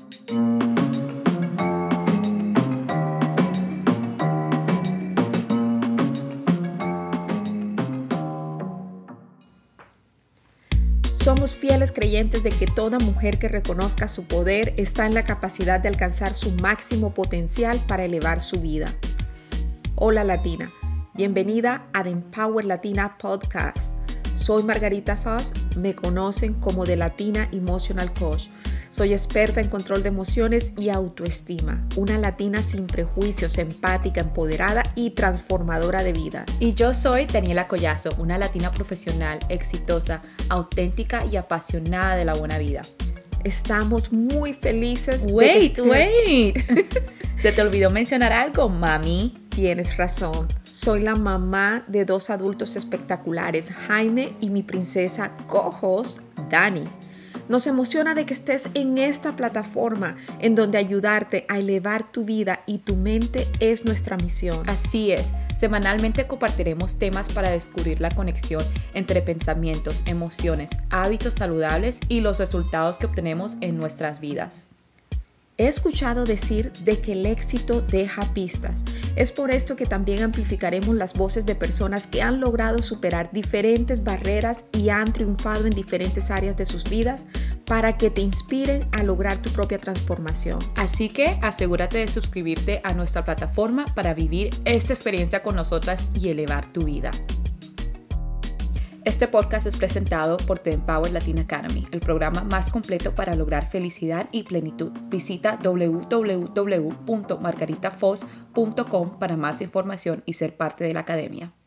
Somos fieles creyentes de que toda mujer que reconozca su poder está en la capacidad de alcanzar su máximo potencial para elevar su vida. Hola Latina, bienvenida a The Empower Latina Podcast. Soy Margarita Foss, me conocen como The Latina Emotional Coach. Soy experta en control de emociones y autoestima, una latina sin prejuicios, empática, empoderada y transformadora de vidas. Y yo soy Daniela Collazo, una latina profesional, exitosa, auténtica y apasionada de la buena vida. Estamos muy felices Wait. ¿Se te olvidó mencionar algo, mami? Tienes razón. Soy la mamá de 2 adultos espectaculares, Jaime y mi princesa co-host, Dani. Nos emociona de que estés en esta plataforma en donde ayudarte a elevar tu vida y tu mente es nuestra misión. Así es, semanalmente compartiremos temas para descubrir la conexión entre pensamientos, emociones, hábitos saludables y los resultados que obtenemos en nuestras vidas. He escuchado decir de que el éxito deja pistas. Es por esto que también amplificaremos las voces de personas que han logrado superar diferentes barreras y han triunfado en diferentes áreas de sus vidas para que te inspiren a lograr tu propia transformación. Así que asegúrate de suscribirte a nuestra plataforma para vivir esta experiencia con nosotras y elevar tu vida. Este podcast es presentado por The Empower Latin Academy, el programa más completo para lograr felicidad y plenitud. Visita www.margaritafoss.com para más información y ser parte de la academia.